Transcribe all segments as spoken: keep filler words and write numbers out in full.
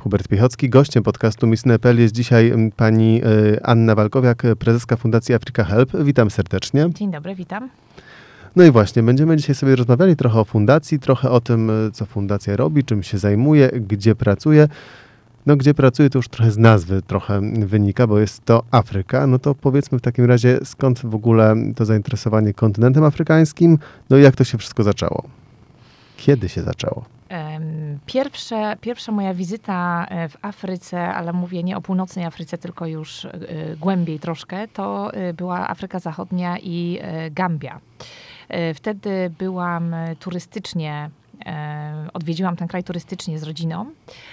Hubert Piechocki. Gościem podcastu Miss Nepal jest dzisiaj pani Anna Walkowiak, prezeska Fundacji Africa Help. Witam serdecznie. Dzień dobry, witam. No i właśnie, będziemy dzisiaj sobie rozmawiali trochę o fundacji, trochę o tym, co fundacja robi, czym się zajmuje, gdzie pracuje. No gdzie pracuje, to już trochę z nazwy trochę wynika, bo jest to Afryka. No to powiedzmy w takim razie, skąd w ogóle to zainteresowanie kontynentem afrykańskim, no i jak to się wszystko zaczęło? Kiedy się zaczęło? Pierwsze, pierwsza moja wizyta w Afryce, ale mówię nie o północnej Afryce, tylko już głębiej troszkę, to była Afryka Zachodnia i Gambia. Wtedy byłam turystycznie, odwiedziłam ten kraj turystycznie z rodziną.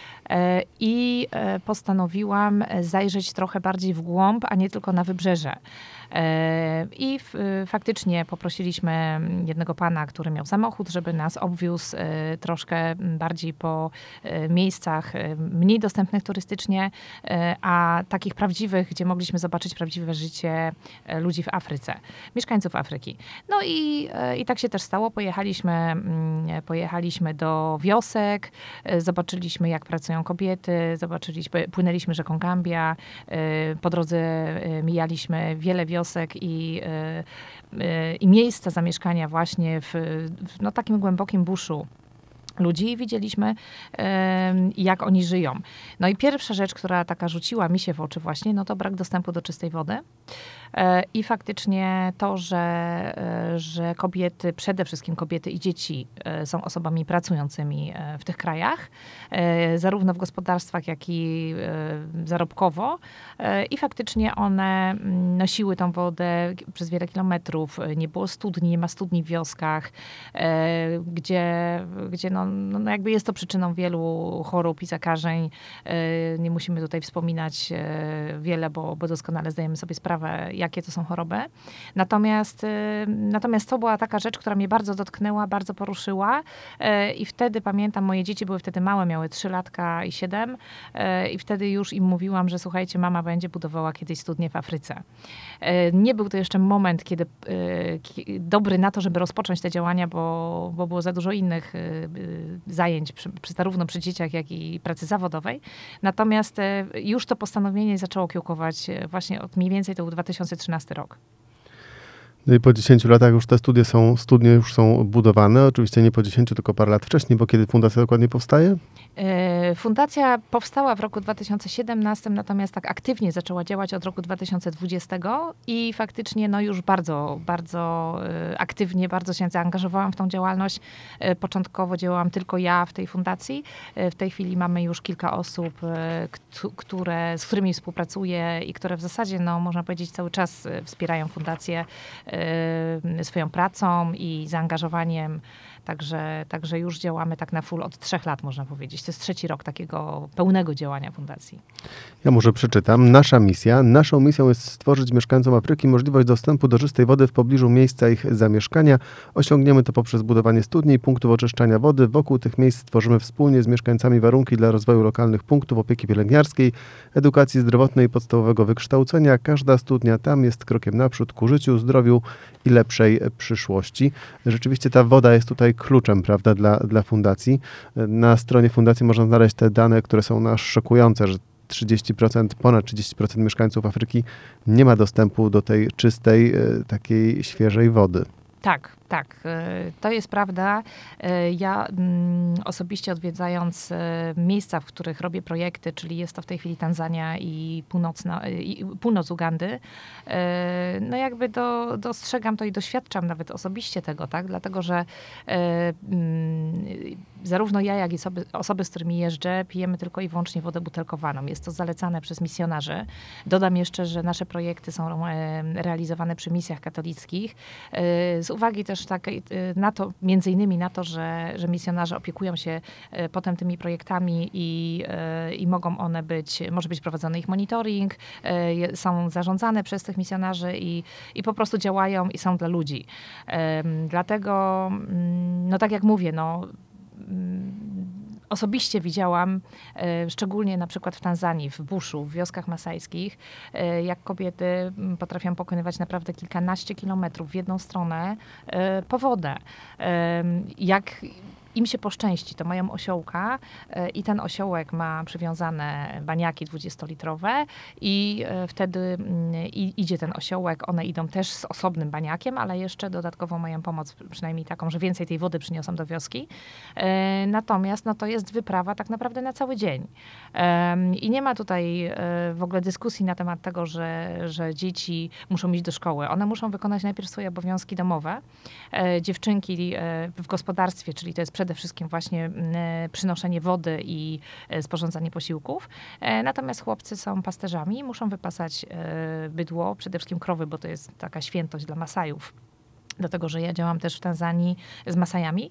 I postanowiłam zajrzeć trochę bardziej w głąb, a nie tylko na wybrzeże. I faktycznie poprosiliśmy jednego pana, który miał samochód, żeby nas obwiózł troszkę bardziej po miejscach mniej dostępnych turystycznie, a takich prawdziwych, gdzie mogliśmy zobaczyć prawdziwe życie ludzi w Afryce, mieszkańców Afryki. No i, i tak się też stało. Pojechaliśmy, pojechaliśmy do wiosek, zobaczyliśmy, jak pracują kobiety, zobaczyliśmy, płynęliśmy rzeką Gambia, po drodze mijaliśmy wiele wiosek i, i miejsca zamieszkania właśnie w, w no, takim głębokim buszu ludzi i widzieliśmy, jak oni żyją. No i pierwsza rzecz, która taka rzuciła mi się w oczy właśnie, no to brak dostępu do czystej wody. I faktycznie to, że, że kobiety, przede wszystkim kobiety i dzieci są osobami pracującymi w tych krajach, zarówno w gospodarstwach, jak i zarobkowo. I faktycznie one nosiły tą wodę przez wiele kilometrów. Nie było studni, nie ma studni w wioskach, gdzie, gdzie no, no jakby jest to przyczyną wielu chorób i zakażeń. Nie musimy tutaj wspominać wiele, bo, bo doskonale zdajemy sobie sprawę, jakie to są choroby. Natomiast, natomiast to była taka rzecz, która mnie bardzo dotknęła, bardzo poruszyła i wtedy pamiętam, moje dzieci były wtedy małe, miały trzy latka i siedem i wtedy już im mówiłam, że słuchajcie, mama będzie budowała kiedyś studnię w Afryce. Nie był to jeszcze moment, kiedy dobry na to, żeby rozpocząć te działania, bo, bo było za dużo innych zajęć, przy, przy, zarówno przy dzieciach, jak i pracy zawodowej. Natomiast już to postanowienie zaczęło kiełkować właśnie od mniej więcej to był dwa tysiące trzynasty rok. No i po dziesięciu latach już te studnie są, studnie już są budowane. Oczywiście nie po dziesięciu, tylko parę lat wcześniej, bo kiedy fundacja dokładnie powstaje? Fundacja powstała w roku dwa tysiące siedemnastym, natomiast tak aktywnie zaczęła działać od roku dwa tysiące dwudziestego i faktycznie no już bardzo, bardzo aktywnie, bardzo się zaangażowałam w tą działalność. Początkowo działałam tylko ja w tej fundacji. W tej chwili mamy już kilka osób, które, z którymi współpracuję i które w zasadzie, no można powiedzieć, cały czas wspierają fundację swoją pracą i zaangażowaniem. Także, także już działamy tak na full od trzech lat, można powiedzieć. To jest trzeci rok takiego pełnego działania fundacji. Ja może przeczytam. Nasza misja. Naszą misją jest stworzyć mieszkańcom Afryki możliwość dostępu do czystej wody w pobliżu miejsca ich zamieszkania. Osiągniemy to poprzez budowanie studni i punktów oczyszczania wody. Wokół tych miejsc stworzymy wspólnie z mieszkańcami warunki dla rozwoju lokalnych punktów opieki pielęgniarskiej, edukacji zdrowotnej i podstawowego wykształcenia. Każda studnia tam jest krokiem naprzód ku życiu, zdrowiu i lepszej przyszłości. Rzeczywiście ta woda jest tutaj kluczem, prawda, dla, dla fundacji. Na stronie fundacji można znaleźć te dane, które są aż szokujące, że trzydzieści procent, ponad trzydzieści procent mieszkańców Afryki nie ma dostępu do tej czystej, takiej świeżej wody. Tak, tak, to jest prawda. Ja osobiście odwiedzając miejsca, w których robię projekty, czyli jest to w tej chwili Tanzania i, północna, i północ Ugandy, no jakby do, dostrzegam to i doświadczam nawet osobiście tego, tak? Dlatego, że zarówno ja, jak i osoby, osoby, z którymi jeżdżę, pijemy tylko i wyłącznie wodę butelkowaną. Jest to zalecane przez misjonarzy. Dodam jeszcze, że nasze projekty są realizowane przy misjach katolickich. Z uwagi też tak na to, między innymi na to, że, że misjonarze opiekują się potem tymi projektami i, i mogą one być, może być prowadzony ich monitoring, są zarządzane przez tych misjonarzy i, i po prostu działają i są dla ludzi. Dlatego, no tak jak mówię, no osobiście widziałam, szczególnie na przykład w Tanzanii, w buszu, w wioskach masajskich, jak kobiety potrafią pokonywać naprawdę kilkanaście kilometrów w jedną stronę po wodę. Jak im się poszczęści, to mają osiołka y, i ten osiołek ma przywiązane baniaki dwudziestolitrowe i y, wtedy y, idzie ten osiołek, one idą też z osobnym baniakiem, ale jeszcze dodatkowo mają pomoc, przynajmniej taką, że więcej tej wody przyniosą do wioski. Y, natomiast no, to jest wyprawa tak naprawdę na cały dzień. Y, I nie ma tutaj y, w ogóle dyskusji na temat tego, że, że dzieci muszą iść do szkoły. One muszą wykonać najpierw swoje obowiązki domowe. Y, dziewczynki y, w gospodarstwie, czyli to jest przede wszystkim właśnie y, przynoszenie wody i y, sporządzanie posiłków. Y, natomiast chłopcy są pasterzami, muszą wypasać y, bydło, przede wszystkim krowy, bo to jest taka świętość dla Masajów. Dlatego, że ja działam też w Tanzanii z Masajami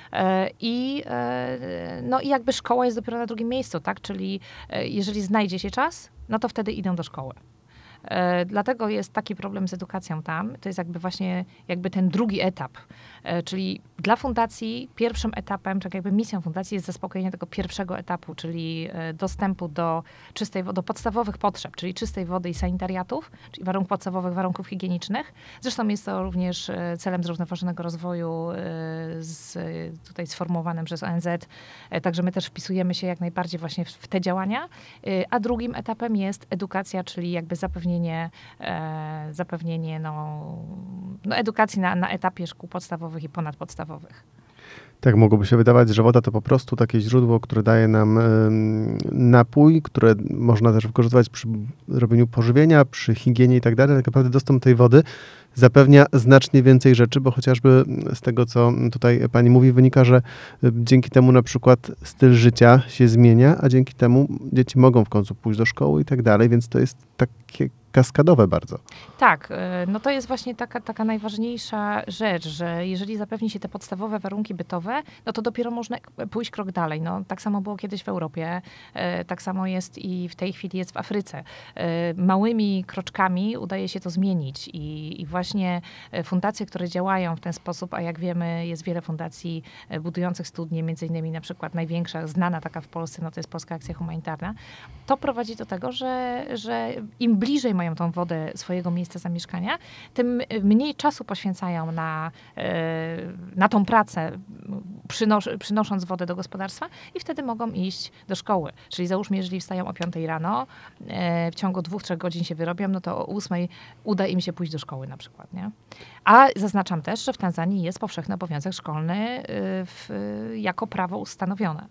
i, no, i jakby szkoła jest dopiero na drugim miejscu, tak? Czyli jeżeli znajdzie się czas, no to wtedy idą do szkoły. Dlatego jest taki problem z edukacją tam. To jest jakby właśnie jakby ten drugi etap. Czyli dla fundacji pierwszym etapem, czy jakby misją fundacji jest zaspokojenie tego pierwszego etapu, czyli dostępu do czystej wody, do podstawowych potrzeb, czyli czystej wody i sanitariatów, czyli warunków podstawowych, warunków higienicznych. Zresztą jest to również celem zrównoważonego rozwoju z, tutaj sformułowanym przez O N Z. Także my też wpisujemy się jak najbardziej właśnie w, w te działania. A drugim etapem jest edukacja, czyli jakby zapewnienie, e, zapewnienie no, no edukacji na, na etapie szkół podstawowych i ponadpodstawowych. Tak, mogłoby się wydawać, że woda to po prostu takie źródło, które daje nam y, napój, które można też wykorzystywać przy robieniu pożywienia, przy higienie i tak dalej. Tak naprawdę dostęp tej wody zapewnia znacznie więcej rzeczy, bo chociażby z tego, co tutaj pani mówi, wynika, że dzięki temu na przykład styl życia się zmienia, a dzięki temu dzieci mogą w końcu pójść do szkoły i tak dalej, więc to jest takie kaskadowe bardzo. Tak, no to jest właśnie taka, taka najważniejsza rzecz, że jeżeli zapewni się te podstawowe warunki bytowe, no to dopiero można pójść krok dalej. No, tak samo było kiedyś w Europie, tak samo jest i w tej chwili jest w Afryce. Małymi kroczkami udaje się to zmienić i, i właśnie fundacje, które działają w ten sposób, a jak wiemy jest wiele fundacji budujących studnie, między innymi na przykład największa, znana taka w Polsce, no to jest Polska Akcja Humanitarna, to prowadzi do tego, że, że im bliżej mają tą wodę swojego miejsca zamieszkania, tym mniej czasu poświęcają na, na tą pracę, przynos przynosząc wodę do gospodarstwa i wtedy mogą iść do szkoły. Czyli załóżmy, jeżeli wstają o piątej rano, w ciągu dwóch, trzech godzin się wyrobią, no to o ósmej uda im się pójść do szkoły na przykład, nie? A zaznaczam też, że w Tanzanii jest powszechny obowiązek szkolny w, jako prawo ustanowione.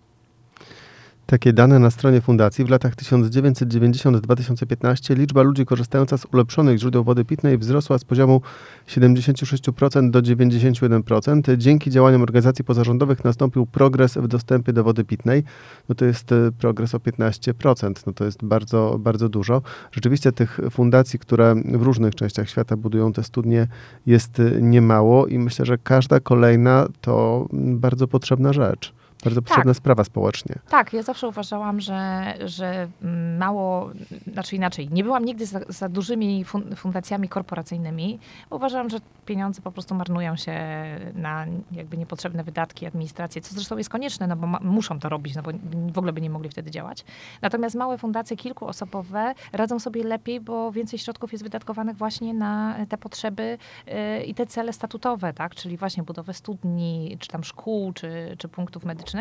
Takie dane na stronie fundacji. W latach tysiąc dziewięćset dziewięćdziesiątym do dwa tysiące piętnastego liczba ludzi korzystająca z ulepszonych źródeł wody pitnej wzrosła z poziomu siedemdziesiąt sześć procent do dziewięćdziesiąt jeden procent. Dzięki działaniom organizacji pozarządowych nastąpił progres w dostępie do wody pitnej. No to jest progres o piętnaście procent. No to jest bardzo, bardzo dużo. Rzeczywiście tych fundacji, które w różnych częściach świata budują te studnie, jest niemało i myślę, że każda kolejna to bardzo potrzebna rzecz. Bardzo potrzebna tak. sprawa społecznie. Tak, ja zawsze uważałam, że, że mało, znaczy inaczej, nie byłam nigdy za, za dużymi fundacjami korporacyjnymi. Uważałam, że pieniądze po prostu marnują się na jakby niepotrzebne wydatki, administrację, co zresztą jest konieczne, no bo ma, muszą to robić, no bo w ogóle by nie mogli wtedy działać. Natomiast małe fundacje kilkuosobowe radzą sobie lepiej, bo więcej środków jest wydatkowanych właśnie na te potrzeby yy, i te cele statutowe, tak, czyli właśnie budowę studni, czy tam szkół, czy, czy punktów medycznych.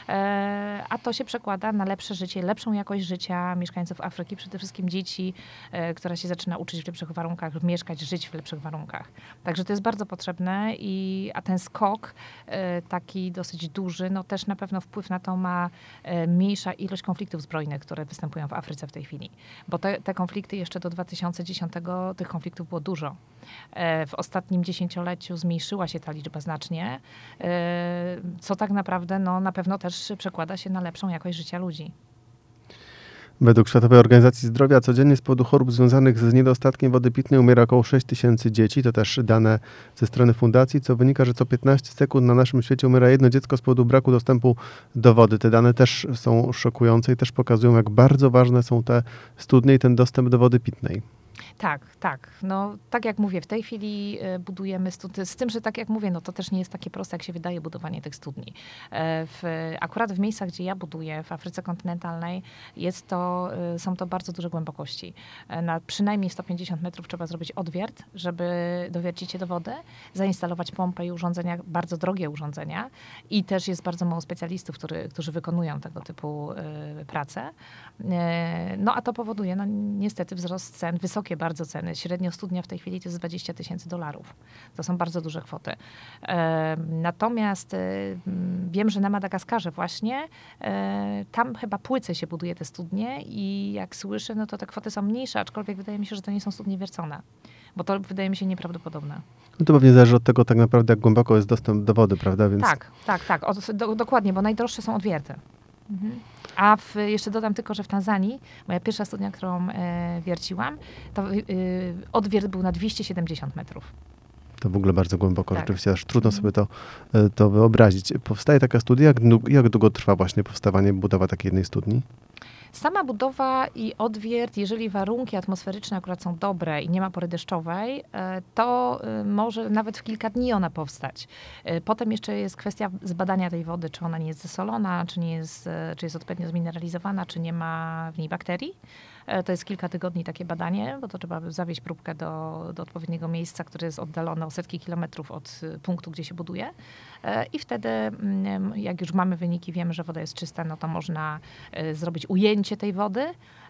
A to się przekłada na lepsze życie, lepszą jakość życia mieszkańców Afryki, przede wszystkim dzieci, która się zaczyna uczyć w lepszych warunkach, mieszkać, żyć w lepszych warunkach. Także to jest bardzo potrzebne, i, a ten skok taki dosyć duży, no też na pewno wpływ na to ma mniejsza ilość konfliktów zbrojnych, które występują w Afryce w tej chwili. Bo te, te konflikty jeszcze do dwa tysiące dziesiątego, tych konfliktów było dużo. W ostatnim dziesięcioleciu zmniejszyła się ta liczba znacznie, co tak naprawdę no, na pewno też przekłada się na lepszą jakość życia ludzi. Według Światowej Organizacji Zdrowia codziennie z powodu chorób związanych z niedostatkiem wody pitnej umiera około sześć tysięcy dzieci. To też dane ze strony fundacji, co wynika, że co piętnaście sekund na naszym świecie umiera jedno dziecko z powodu braku dostępu do wody. Te dane też są szokujące i też pokazują, jak bardzo ważne są te studnie i ten dostęp do wody pitnej. Tak, tak. No, tak jak mówię, w tej chwili e, budujemy studnie, z tym, że tak jak mówię, no to też nie jest takie proste, jak się wydaje budowanie tych studni. E, w, akurat w miejscach, gdzie ja buduję, w Afryce kontynentalnej, jest to, e, są to bardzo duże głębokości. E, na przynajmniej sto pięćdziesiąt metrów trzeba zrobić odwiert, żeby dowiercić się do wody, zainstalować pompę i urządzenia, bardzo drogie urządzenia i też jest bardzo mało specjalistów, który, którzy wykonują tego typu e, prace. E, no a to powoduje, no niestety wzrost cen, wysokie bardzo ceny. Średnio studnia w tej chwili to jest dwadzieścia tysięcy dolarów. To są bardzo duże kwoty. E, natomiast e, wiem, że na Madagaskarze właśnie e, tam chyba płyce się buduje te studnie i jak słyszę, no to te kwoty są mniejsze, aczkolwiek wydaje mi się, że to nie są studnie wiercone. Bo to wydaje mi się nieprawdopodobne. No to pewnie zależy od tego tak naprawdę, jak głęboko jest dostęp do wody, prawda? Więc... Tak, tak, tak. Od, do, dokładnie, bo najdroższe są odwierty. Mhm. A w, jeszcze dodam tylko, że w Tanzanii, moja pierwsza studnia, którą e, wierciłam, to y, odwiert był na dwieście siedemdziesiąt metrów. To w ogóle bardzo głęboko, Tak. rzeczywiście aż trudno sobie to, to wyobrazić. Powstaje taka studnia, jak, jak długo trwa właśnie powstawanie, budowa takiej jednej studni? Sama budowa i odwiert, jeżeli warunki atmosferyczne akurat są dobre i nie ma pory deszczowej, to może nawet w kilka dni ona powstać. Potem jeszcze jest kwestia zbadania tej wody, czy ona nie jest zesolona, czy, nie jest, czy jest odpowiednio zmineralizowana, czy nie ma w niej bakterii. To jest kilka tygodni takie badanie, bo to trzeba zawieźć próbkę do, do odpowiedniego miejsca, które jest oddalone o setki kilometrów od punktu, gdzie się buduje. I wtedy, jak już mamy wyniki, wiemy, że woda jest czysta, no to można zrobić ujęcie tej wody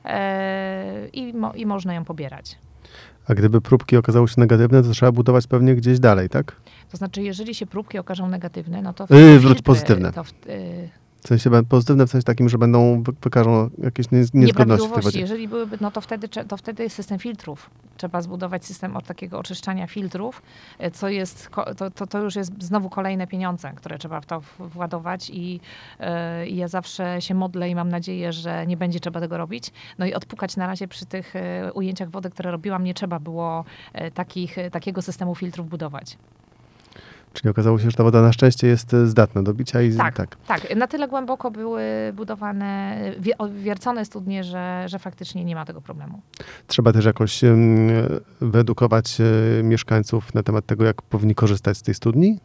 i, mo, i można ją pobierać. A gdyby próbki okazały się negatywne, to trzeba budować pewnie gdzieś dalej, tak? To znaczy, jeżeli się próbki okażą negatywne, no to... Yy, wróć pozytywne. To w, yy, W sensie pozytywne w sensie takim, że będą wykażą jakieś niezgodności w tej wodzie. Jeżeli byłyby, no to wtedy, to wtedy system filtrów. Trzeba zbudować system od takiego oczyszczania filtrów, co jest, to, to, to już jest znowu kolejne pieniądze, które trzeba w to władować i yy, ja zawsze się modlę i mam nadzieję, że nie będzie trzeba tego robić. No i odpukać na razie przy tych yy, ujęciach wody, które robiłam, nie trzeba było yy, takich, yy, takiego systemu filtrów budować. Czyli okazało się, że ta woda na szczęście jest zdatna do bicia i tak, tak. Tak, na tyle głęboko były budowane, wiercone studnie, że, że faktycznie nie ma tego problemu. Trzeba też jakoś um, wyedukować um, mieszkańców na temat tego, jak powinni korzystać z tej studni?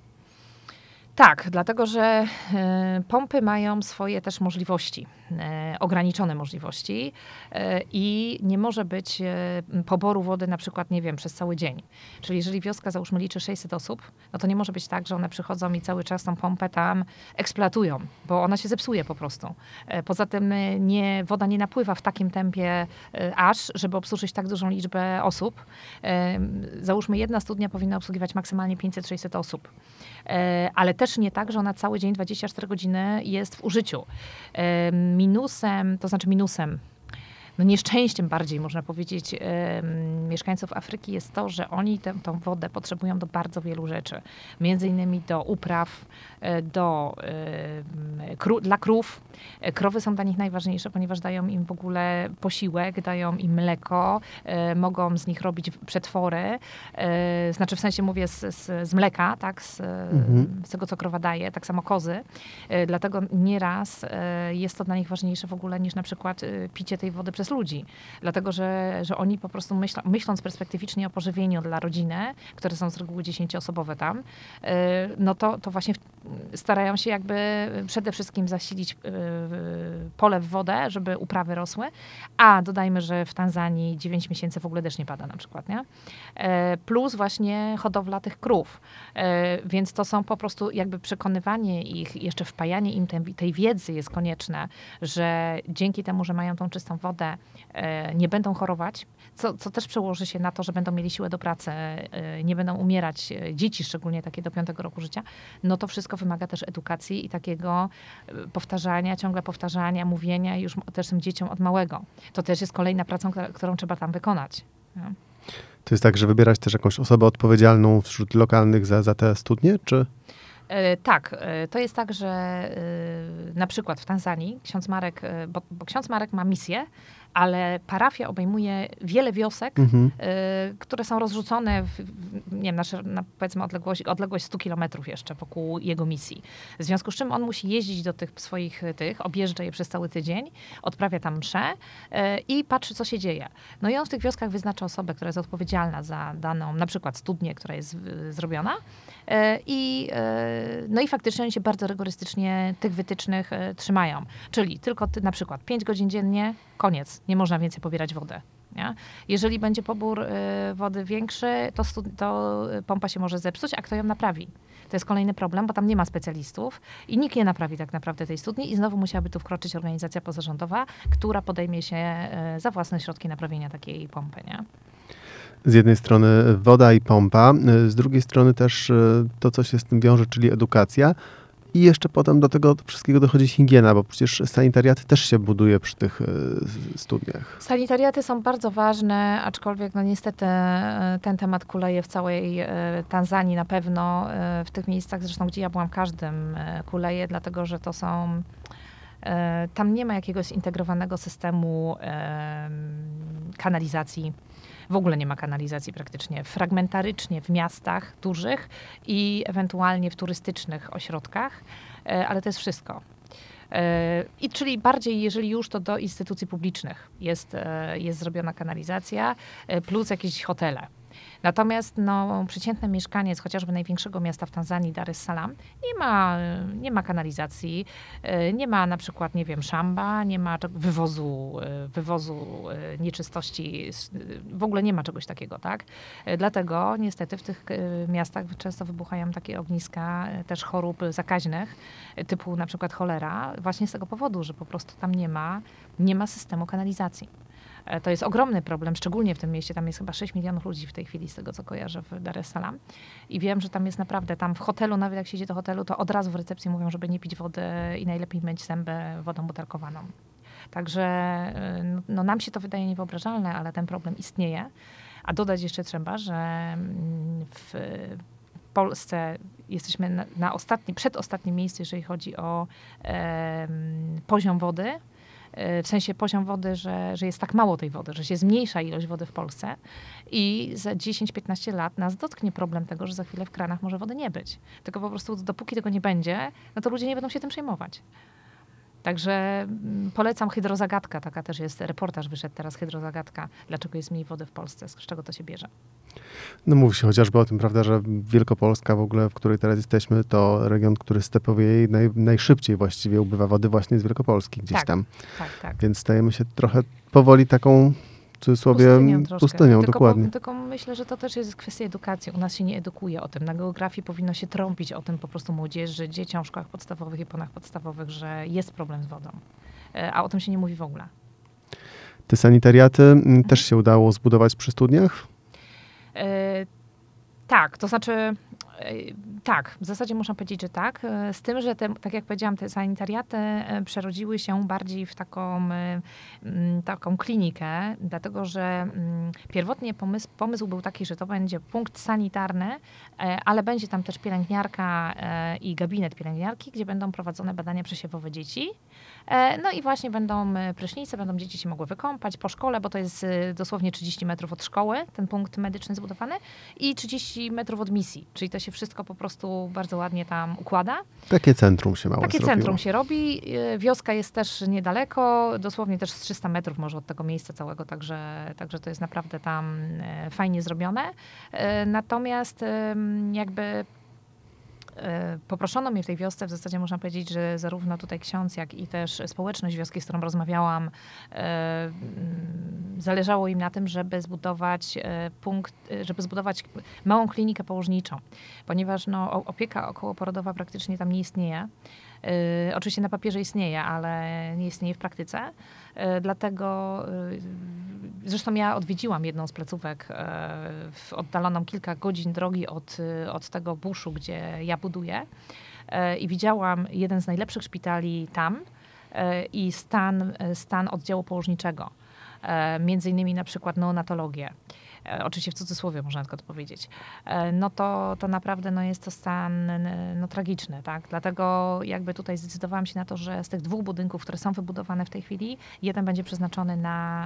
Tak, dlatego że y, pompy mają swoje też możliwości, y, ograniczone możliwości y, i nie może być y, poboru wody na przykład, nie wiem, przez cały dzień. Czyli jeżeli wioska, załóżmy, liczy sześćset osób, no to nie może być tak, że one przychodzą i cały czas tą pompę tam eksploatują, bo ona się zepsuje po prostu. Y, poza tym y, nie, woda nie napływa w takim tempie y, aż, żeby obsłużyć tak dużą liczbę osób. Y, załóżmy, jedna studnia powinna obsługiwać maksymalnie pięćset sześćset osób. Y, ale też nie tak, że ona cały dzień, dwadzieścia cztery godziny jest w użyciu. Minusem, to znaczy minusem, no nieszczęściem bardziej można powiedzieć, mieszkańców Afryki jest to, że oni tę, tą wodę potrzebują do bardzo wielu rzeczy. Między innymi do upraw, do, kró, dla krów. Krowy są dla nich najważniejsze, ponieważ dają im w ogóle posiłek, dają im mleko, mogą z nich robić przetwory. Znaczy w sensie mówię z, z, z mleka, tak, z, mhm. z tego, co krowa daje, tak samo kozy. Dlatego nieraz jest to dla nich ważniejsze w ogóle niż na przykład picie tej wody przez ludzi. Dlatego, że, że oni po prostu myślą, myśląc perspektywicznie o pożywieniu dla rodziny, które są z reguły dziesięcioosobowe tam, no to, to właśnie starają się jakby przede wszystkim zasilić pole w wodę, żeby uprawy rosły, a dodajmy, że w Tanzanii dziewięć miesięcy w ogóle deszcz nie pada na przykład, nie? Plus właśnie hodowla tych krów. Więc to są po prostu jakby przekonywanie ich, jeszcze wpajanie im tej, tej wiedzy jest konieczne, że dzięki temu, że mają tą czystą wodę, nie będą chorować, co, co też przełoży się na to, że będą mieli siłę do pracy, nie będą umierać dzieci, szczególnie takie do piątego roku życia, no to wszystko wymaga też edukacji i takiego powtarzania, ciągle powtarzania, mówienia już też tym dzieciom od małego. To też jest kolejna praca, którą trzeba tam wykonać. No. To jest tak, że wybierać też jakąś osobę odpowiedzialną wśród lokalnych za, za te studnie, czy... Tak, to jest tak, że na przykład w Tanzanii ksiądz Marek, bo, bo ksiądz Marek ma misję, ale parafia obejmuje wiele wiosek, mhm. y, które są rozrzucone w, nie wiem, na, na powiedzmy odległość, odległość stu kilometrów jeszcze wokół jego misji. W związku z czym on musi jeździć do tych swoich tych, objeżdża je przez cały tydzień, odprawia tam mszę y, i patrzy, co się dzieje. No i on w tych wioskach wyznacza osobę, która jest odpowiedzialna za daną, na przykład studnię, która jest y, zrobiona. Y, i, y, no i faktycznie oni się bardzo rygorystycznie tych wytycznych y, trzymają. Czyli tylko ty, na przykład pięć godzin dziennie, koniec. Nie można więcej pobierać wody. Nie? Jeżeli będzie pobór y, wody większy, to, stu, to pompa się może zepsuć, a kto ją naprawi? To jest kolejny problem, bo tam nie ma specjalistów i nikt nie naprawi tak naprawdę tej studni i znowu musiałaby tu wkroczyć organizacja pozarządowa, która podejmie się y, za własne środki naprawienia takiej pompy. Nie? Z jednej strony woda i pompa, z drugiej strony też y, to, co się z tym wiąże, czyli edukacja. I jeszcze potem do tego wszystkiego dochodzi higiena, bo przecież sanitariaty też się buduje przy tych y, studniach. Sanitariaty są bardzo ważne, aczkolwiek no niestety ten temat kuleje w całej y, Tanzanii na pewno. Y, w tych miejscach, zresztą gdzie ja byłam, każdym y, kuleje, dlatego że to są... Y, tam nie ma jakiegoś zintegrowanego systemu y, kanalizacji. W ogóle nie ma kanalizacji praktycznie. Fragmentarycznie w miastach dużych i ewentualnie w turystycznych ośrodkach, ale to jest wszystko. I czyli bardziej, jeżeli już, to do instytucji publicznych jest, jest zrobiona kanalizacja, plus jakieś hotele. Natomiast no, przeciętny mieszkaniec chociażby największego miasta w Tanzanii, Dar es Salaam, nie ma, nie ma kanalizacji, nie ma na przykład, nie wiem, szamba, nie ma wywozu, wywozu nieczystości, w ogóle nie ma czegoś takiego, tak? Dlatego niestety w tych miastach często wybuchają takie ogniska też chorób zakaźnych, typu na przykład cholera, właśnie z tego powodu, że po prostu tam nie ma, nie ma systemu kanalizacji. To jest ogromny problem, szczególnie w tym mieście. Tam jest chyba sześć milionów ludzi w tej chwili, z tego co kojarzę, w Dar es Salaam. I wiem, że tam jest naprawdę, tam w hotelu, nawet jak się idzie do hotelu, to od razu w recepcji mówią, żeby nie pić wody i najlepiej myć zęby wodą butelkowaną. Także no, nam się to wydaje niewyobrażalne, ale ten problem istnieje. A dodać jeszcze trzeba, że w Polsce jesteśmy na, na ostatnim, przedostatnim miejscu, jeżeli chodzi o e, poziom wody. W sensie poziom wody, że, że jest tak mało tej wody, że się zmniejsza ilość wody w Polsce i za dziesięć piętnaście lat nas dotknie problem tego, że za chwilę w kranach może wody nie być. Tylko po prostu dopóki tego nie będzie, no to ludzie nie będą się tym przejmować. Także polecam Hydrozagadka, taka też jest, reportaż wyszedł teraz, Hydrozagadka, dlaczego jest mniej wody w Polsce, z czego to się bierze. No mówi się chociażby o tym, prawda, że Wielkopolska w ogóle, w której teraz jesteśmy, to region, który stepowieje i naj, najszybciej właściwie ubywa wody właśnie z Wielkopolski gdzieś tak, tam. Tak, tak. Więc stajemy się trochę powoli taką, w cudzysłowie, pustynią, pustynią tylko, dokładnie. Po, tylko myślę, że to też jest kwestia edukacji. U nas się nie edukuje o tym. Na geografii powinno się trąbić o tym po prostu młodzieży, dzieciom w szkołach podstawowych i ponadpodstawowych, że jest problem z wodą. A o tym się nie mówi w ogóle. Te sanitariaty mhm. też się udało zbudować przy studniach? Yy, tak, to znaczy tak, w zasadzie można powiedzieć, że tak. Z tym, że te, tak jak powiedziałam, te sanitariaty przerodziły się bardziej w taką, taką klinikę, dlatego że pierwotnie pomysł, pomysł był taki, że to będzie punkt sanitarny, ale będzie tam też pielęgniarka i gabinet pielęgniarki, gdzie będą prowadzone badania przesiewowe dzieci. No i właśnie będą prysznice, będą dzieci się mogły wykąpać po szkole, bo to jest dosłownie trzydzieści metrów od szkoły, ten punkt medyczny zbudowany, i trzydzieści metrów od misji, czyli to się wszystko po prostu bardzo ładnie tam układa. Takie centrum się małe Takie zrobiło. centrum się robi. Wioska jest też niedaleko, dosłownie też z trzysta metrów może od tego miejsca całego, także, także to jest naprawdę tam fajnie zrobione. Natomiast jakby poproszono mnie w tej wiosce, w zasadzie można powiedzieć, że zarówno tutaj ksiądz, jak i też społeczność wioski, z którą rozmawiałam, zależało im na tym, żeby zbudować punkt, żeby zbudować małą klinikę położniczą, ponieważ no, opieka okołoporodowa praktycznie tam nie istnieje. Yy, oczywiście na papierze istnieje, ale nie istnieje w praktyce. Yy, dlatego, yy, zresztą ja odwiedziłam jedną z placówek yy, w oddaloną kilka godzin drogi od, yy, od tego buszu, gdzie ja buduję, yy, i widziałam jeden z najlepszych szpitali tam yy, i stan, yy, stan oddziału położniczego, yy, między innymi na przykład neonatologię. e, oczywiście w cudzysłowie można tylko to powiedzieć, e, no to, to naprawdę no jest to stan no, tragiczny, tak? Dlatego jakby tutaj zdecydowałam się na to, że z tych dwóch budynków, które są wybudowane w tej chwili, jeden będzie przeznaczony na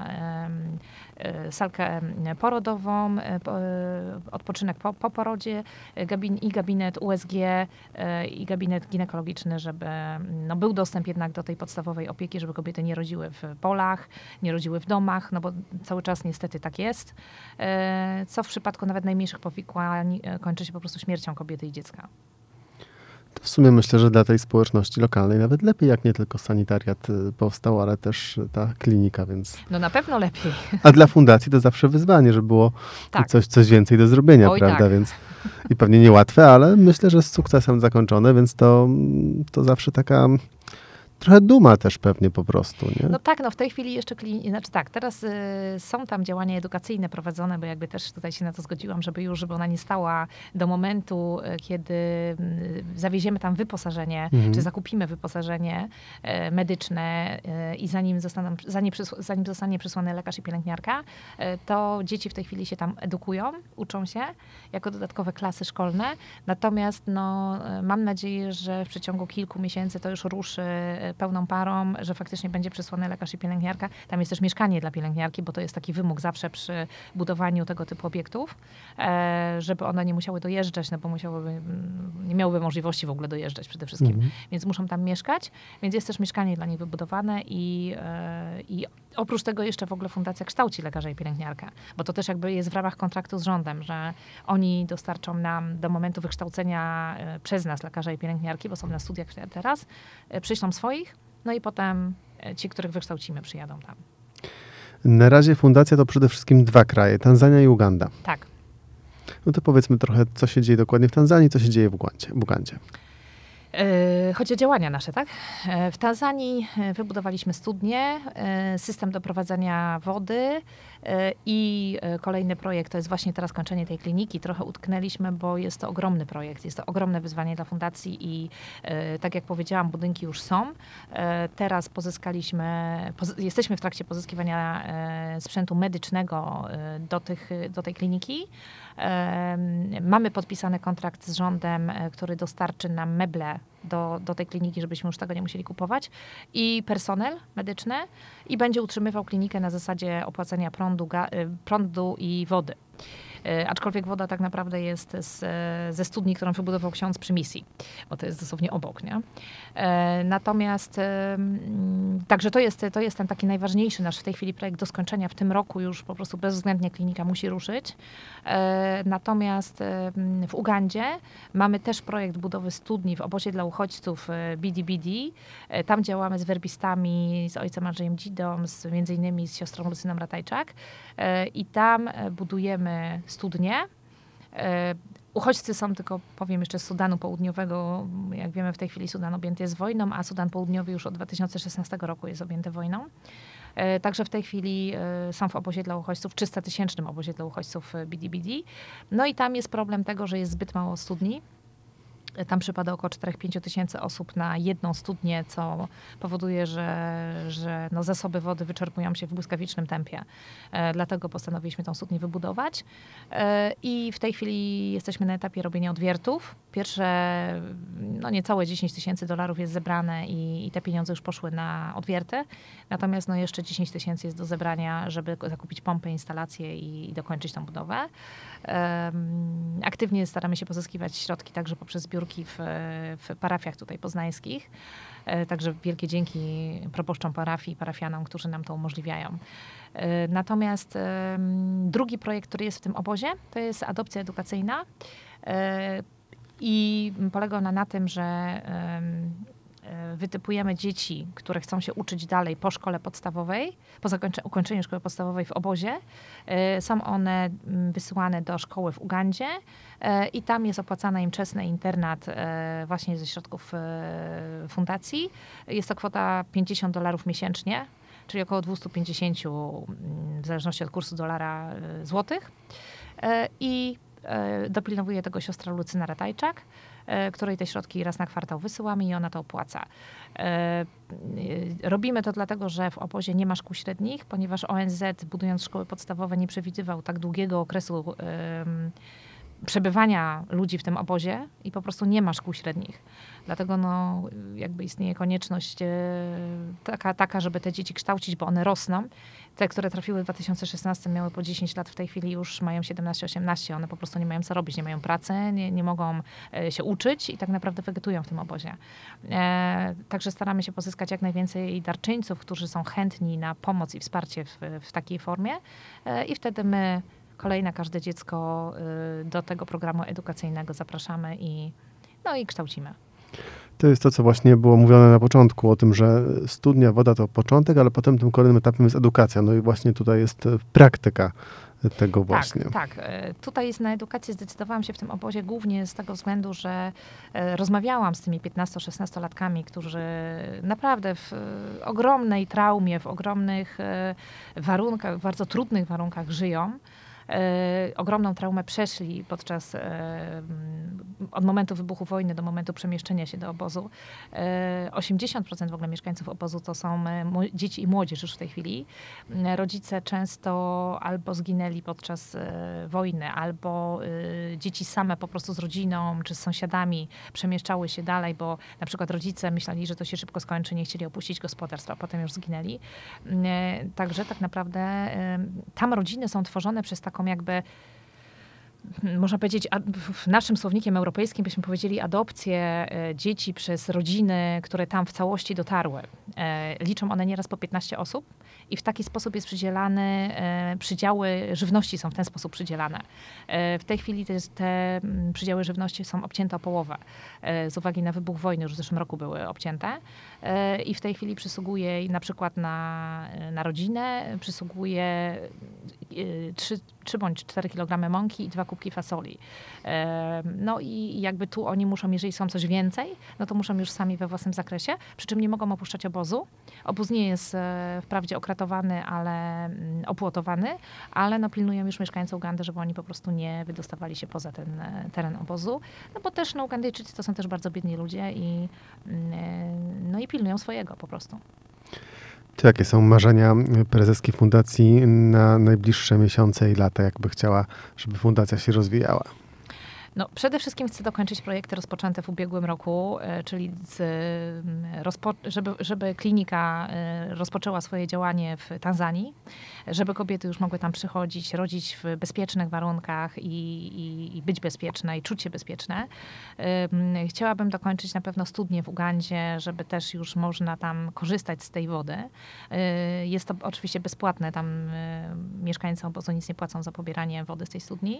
e, salkę porodową, e, odpoczynek po, po porodzie gabin, i gabinet U S G e, i gabinet ginekologiczny, żeby no, był dostęp jednak do tej podstawowej opieki, żeby kobiety nie rodziły w polach, nie rodziły w domach, no bo cały czas niestety tak jest, co w przypadku nawet najmniejszych powikłań kończy się po prostu śmiercią kobiety i dziecka. To w sumie myślę, że dla tej społeczności lokalnej nawet lepiej, jak nie tylko sanitariat powstał, ale też ta klinika, więc... No na pewno lepiej. A dla fundacji to zawsze wyzwanie, że było tak. coś, coś więcej do zrobienia, Oj, prawda? Tak. Więc i pewnie niełatwe, ale myślę, że z sukcesem zakończone, więc to, to zawsze taka... Trochę duma też pewnie po prostu, nie? No tak, no w tej chwili jeszcze, klini- znaczy tak, teraz y, są tam działania edukacyjne prowadzone, bo jakby też tutaj się na to zgodziłam, żeby już, żeby ona nie stała do momentu, y, kiedy y, zawieziemy tam wyposażenie, Mhm. czy zakupimy wyposażenie y, medyczne y, i zanim, zostaną, zanim, przysł- zanim zostanie przysłany lekarz i pielęgniarka, y, to dzieci w tej chwili się tam edukują, uczą się jako dodatkowe klasy szkolne, natomiast no, y, mam nadzieję, że w przeciągu kilku miesięcy to już ruszy pełną parą, że faktycznie będzie przysłany lekarz i pielęgniarka. Tam jest też mieszkanie dla pielęgniarki, bo to jest taki wymóg zawsze przy budowaniu tego typu obiektów, e, żeby one nie musiały dojeżdżać, no bo musiałyby, nie miałyby możliwości w ogóle dojeżdżać przede wszystkim. Mhm. Więc muszą tam mieszkać, więc jest też mieszkanie dla nich wybudowane i, e, i oprócz tego jeszcze w ogóle fundacja kształci lekarza i pielęgniarkę, bo to też jakby jest w ramach kontraktu z rządem, że oni dostarczą nam do momentu wykształcenia e, przez nas lekarza i pielęgniarki, bo są na studiach teraz, e, przyślą swoich, no i potem ci, których wykształcimy, przyjadą tam. Na razie fundacja to przede wszystkim dwa kraje, Tanzania i Uganda. Tak. No to powiedzmy trochę, co się dzieje dokładnie w Tanzanii, co się dzieje w Ugandzie. W Ugandzie. Chodzi o działania nasze, tak? W Tanzanii wybudowaliśmy studnię, system doprowadzania wody i kolejny projekt to jest właśnie teraz kończenie tej kliniki. Trochę utknęliśmy, bo jest to ogromny projekt, jest to ogromne wyzwanie dla fundacji i tak jak powiedziałam, budynki już są. Teraz pozyskaliśmy, jesteśmy w trakcie pozyskiwania sprzętu medycznego do, tych, do tej kliniki. Mamy podpisany kontrakt z rządem, który dostarczy nam meble do, do tej kliniki, żebyśmy już tego nie musieli kupować i personel medyczny i będzie utrzymywał klinikę na zasadzie opłacenia prądu, ga, prądu i wody. Aczkolwiek woda tak naprawdę jest z, ze studni, którą wybudował ksiądz przy misji, bo to jest dosłownie obok, nie? Natomiast także to jest, to jest ten taki najważniejszy nasz w tej chwili projekt do skończenia. W tym roku już po prostu bezwzględnie klinika musi ruszyć. Natomiast w Ugandzie mamy też projekt budowy studni w obozie dla uchodźców B D B D. Tam działamy z werbistami, z ojcem Andrzejem Dzidą, z, między innymi z siostrą Lucyną Ratajczak i tam budujemy studnie. Uchodźcy są tylko, powiem jeszcze, z Sudanu Południowego. Jak wiemy, w tej chwili Sudan objęty jest wojną, a Sudan Południowy już od dwa tysiące szesnastego roku jest objęty wojną. Także w tej chwili są w obozie dla uchodźców, trzystatysięcznym obozie dla uchodźców B D B D. No i tam jest problem tego, że jest zbyt mało studni. Tam przypada około cztery do pięciu tysięcy osób na jedną studnię, co powoduje, że, że no zasoby wody wyczerpują się w błyskawicznym tempie. E, dlatego postanowiliśmy tą studnię wybudować. E, I w tej chwili jesteśmy na etapie robienia odwiertów. Pierwsze, no niecałe dziesięć tysięcy dolarów jest zebrane i, i te pieniądze już poszły na odwierty. Natomiast no jeszcze dziesięć tysięcy jest do zebrania, żeby zakupić pompę, instalację i, i dokończyć tą budowę. E, aktywnie staramy się pozyskiwać środki także poprzez zbiór W, w parafiach tutaj poznańskich. Także wielkie dzięki proboszczom parafii i parafianom, którzy nam to umożliwiają. Natomiast drugi projekt, który jest w tym obozie, to jest adopcja edukacyjna i polega ona na tym, że wytypujemy dzieci, które chcą się uczyć dalej po szkole podstawowej, po zakończeniu, ukończeniu szkoły podstawowej w obozie. Są one wysyłane do szkoły w Ugandzie i tam jest opłacany im czesny internat właśnie ze środków fundacji. Jest to kwota pięćdziesiąt dolarów miesięcznie, czyli około dwieście pięćdziesiąt w zależności od kursu dolara złotych. I dopilnowuje tego siostra Lucyna Ratajczak. której te środki raz na kwartał wysyłamy i ona to opłaca. Robimy to dlatego, że w obozie nie ma szkół średnich, ponieważ O N Z, budując szkoły podstawowe, nie przewidywał tak długiego okresu przebywania ludzi w tym obozie i po prostu nie ma szkół średnich. Dlatego no, jakby istnieje konieczność e, taka, taka, żeby te dzieci kształcić, bo one rosną. Te, które trafiły w dwa tysiące szesnastym miały po dziesięć lat, w tej chwili już mają siedemnaście osiemnaście. One po prostu nie mają co robić, nie mają pracy, nie, nie mogą e, się uczyć i tak naprawdę wegetują w tym obozie. E, także staramy się pozyskać jak najwięcej darczyńców, którzy są chętni na pomoc i wsparcie w, w takiej formie e, i wtedy my kolejne każde dziecko do tego programu edukacyjnego zapraszamy i, no i kształcimy. To jest to, co właśnie było mówione na początku, o tym, że studnia, woda to początek, ale potem tym kolejnym etapem jest edukacja. No i właśnie tutaj jest praktyka tego właśnie. Tak, tak. Tutaj jest na edukację zdecydowałam się w tym obozie głównie z tego względu, że rozmawiałam z tymi piętnasto-szesnastolatkami, którzy naprawdę w ogromnej traumie, w ogromnych warunkach, w bardzo trudnych warunkach żyją. E, ogromną traumę przeszli podczas e, od momentu wybuchu wojny do momentu przemieszczenia się do obozu. E, osiemdziesiąt procent w ogóle mieszkańców obozu to są dzieci i młodzież już w tej chwili. E, rodzice często albo zginęli podczas e, wojny, albo e, dzieci same po prostu z rodziną czy z sąsiadami przemieszczały się dalej, bo na przykład rodzice myśleli, że to się szybko skończy, nie chcieli opuścić gospodarstwa, a potem już zginęli. E, także tak naprawdę e, tam rodziny są tworzone przez taką jakby, można powiedzieć, naszym słownikiem europejskim byśmy powiedzieli adopcję dzieci przez rodziny, które tam w całości dotarły. Liczą one nieraz po piętnaście osób i w taki sposób jest przydzielany, przydziały żywności są w ten sposób przydzielane. W tej chwili te, te przydziały żywności są obcięte o połowę. Z uwagi na wybuch wojny już w zeszłym roku były obcięte i w tej chwili przysługuje na przykład na, na rodzinę, przysługuje trzy bądź cztery kilogramy mąki i dwa kubki fasoli. No i jakby tu oni muszą, jeżeli są coś więcej, no to muszą już sami we własnym zakresie, przy czym nie mogą opuszczać obozu. Obóz nie jest wprawdzie okratowany, ale opłotowany, ale no pilnują już mieszkańcy Ugandy, żeby oni po prostu nie wydostawali się poza ten teren obozu, no bo też no, Ugandejczycy to są też bardzo biedni ludzie i, no i pilnują swojego po prostu. To jakie są marzenia prezeski fundacji na najbliższe miesiące i lata, jakby chciała, żeby fundacja się rozwijała? No, przede wszystkim chcę dokończyć projekty rozpoczęte w ubiegłym roku, czyli z, rozpo, żeby, żeby klinika rozpoczęła swoje działanie w Tanzanii, żeby kobiety już mogły tam przychodzić, rodzić w bezpiecznych warunkach i, i, i być bezpieczne i czuć się bezpieczne. Chciałabym dokończyć na pewno studnie w Ugandzie, żeby też już można tam korzystać z tej wody. Jest to oczywiście bezpłatne, tam mieszkańcy obozu nic nie płacą za pobieranie wody z tej studni.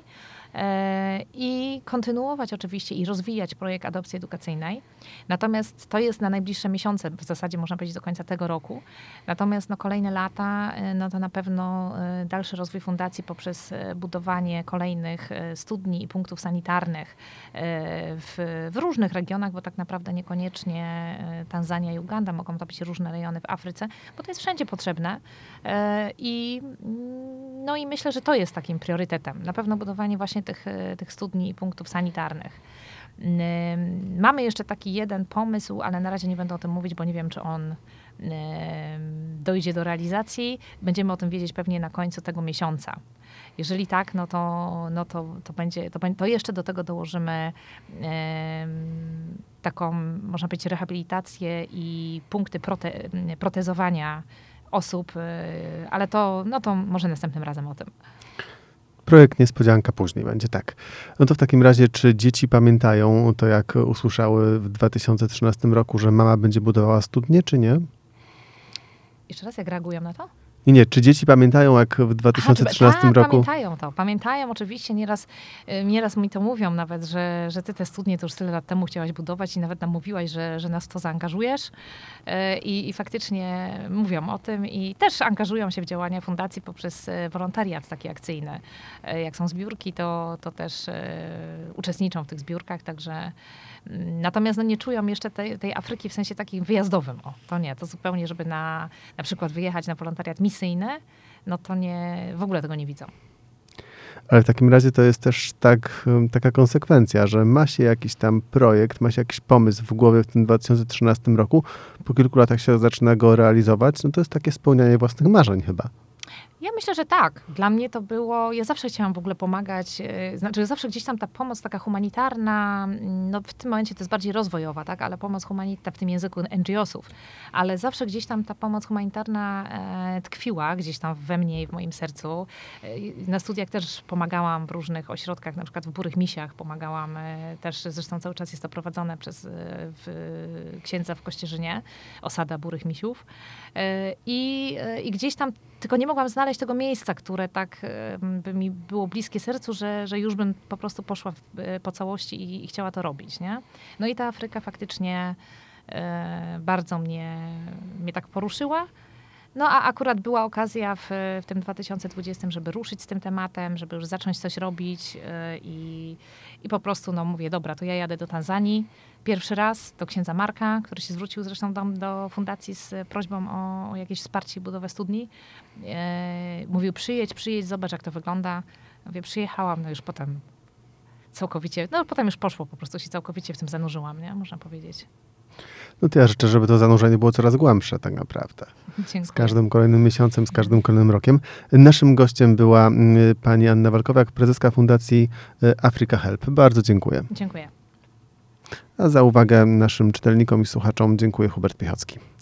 I kontynuować oczywiście i rozwijać projekt adopcji edukacyjnej. Natomiast to jest na najbliższe miesiące, w zasadzie można powiedzieć do końca tego roku. Natomiast no, kolejne lata, no to na pewno dalszy rozwój fundacji poprzez budowanie kolejnych studni i punktów sanitarnych w, w różnych regionach, bo tak naprawdę niekoniecznie Tanzania i Uganda, mogą to być różne rejony w Afryce, bo to jest wszędzie potrzebne. I, no i myślę, że to jest takim priorytetem. Na pewno budowanie właśnie tych, tych studni i punktów sanitarnych. Mamy jeszcze taki jeden pomysł, ale na razie nie będę o tym mówić, bo nie wiem, czy on dojdzie do realizacji. Będziemy o tym wiedzieć pewnie na końcu tego miesiąca. Jeżeli tak, no to, no to, to, będzie, to, to jeszcze do tego dołożymy taką, można powiedzieć, rehabilitację i punkty prote, protezowania osób, ale to, no to może następnym razem o tym. Projekt niespodzianka później będzie, tak. No to w takim razie, czy dzieci pamiętają to, jak usłyszały w dwa tysiące trzynastym roku, że mama będzie budowała studnię, czy nie? Jeszcze raz, jak reagują na to? Nie, nie. Czy dzieci pamiętają, jak w dwa tysiące trzynastym tak, roku... pamiętają to. Pamiętają oczywiście. Nieraz, nieraz mi to mówią nawet, że, że ty te studnie to już tyle lat temu chciałaś budować i nawet nam mówiłaś, że, że nas w to zaangażujesz. I, I faktycznie mówią o tym i też angażują się w działania fundacji poprzez wolontariat taki akcyjny. Jak są zbiórki, to, to też uczestniczą w tych zbiórkach, także natomiast no, nie czują jeszcze tej, tej Afryki w sensie takim wyjazdowym. O, to nie, to zupełnie, żeby na, na przykład wyjechać na wolontariat misyjny, no to nie, w ogóle tego nie widzą. Ale w takim razie to jest też tak, taka konsekwencja, że ma się jakiś tam projekt, ma się jakiś pomysł w głowie w tym dwa tysiące trzynastym roku, po kilku latach się zaczyna go realizować, no to jest takie spełnianie własnych marzeń chyba. Ja myślę, że tak. Dla mnie to było, ja zawsze chciałam w ogóle pomagać, yy, znaczy zawsze gdzieś tam ta pomoc taka humanitarna, no w tym momencie to jest bardziej rozwojowa, tak, ale pomoc humanitarna w tym języku N G O sów, ale zawsze gdzieś tam ta pomoc humanitarna e, tkwiła gdzieś tam we mnie i w moim sercu. E, na studiach też pomagałam w różnych ośrodkach, na przykład w Burych Misiach pomagałam e, też, zresztą cały czas jest to prowadzone przez e, w, księdza w Kościerzynie, osada Burych Misiów. E, i, e, I gdzieś tam tylko nie mogłam znaleźć tego miejsca, które tak by mi było bliskie sercu, że, że już bym po prostu poszła w, po całości i, i chciała to robić, nie? No i ta Afryka faktycznie e, bardzo mnie, mnie tak poruszyła. No a akurat była okazja w, w tym dwa tysiące dwudziestym, żeby ruszyć z tym tematem, żeby już zacząć coś robić e, i, i po prostu no mówię, dobra, to ja jadę do Tanzanii. Pierwszy raz do księdza Marka, który się zwrócił zresztą do, do fundacji z prośbą o, o jakieś wsparcie i budowę studni. E, mówił, przyjedź, przyjedź, zobacz jak to wygląda. Mówię, przyjechałam, no już potem całkowicie, no potem już poszło, po prostu się całkowicie w tym zanurzyłam, nie? Można powiedzieć. No to ja życzę, żeby to zanurzenie było coraz głębsze tak naprawdę. Dziękuję. Z każdym kolejnym miesiącem, z każdym kolejnym rokiem. Naszym gościem była pani Anna Walkowiak, prezeska Fundacji Africa Help. Bardzo dziękuję. Dziękuję. A za uwagę naszym czytelnikom i słuchaczom dziękuję Hubert Piechocki.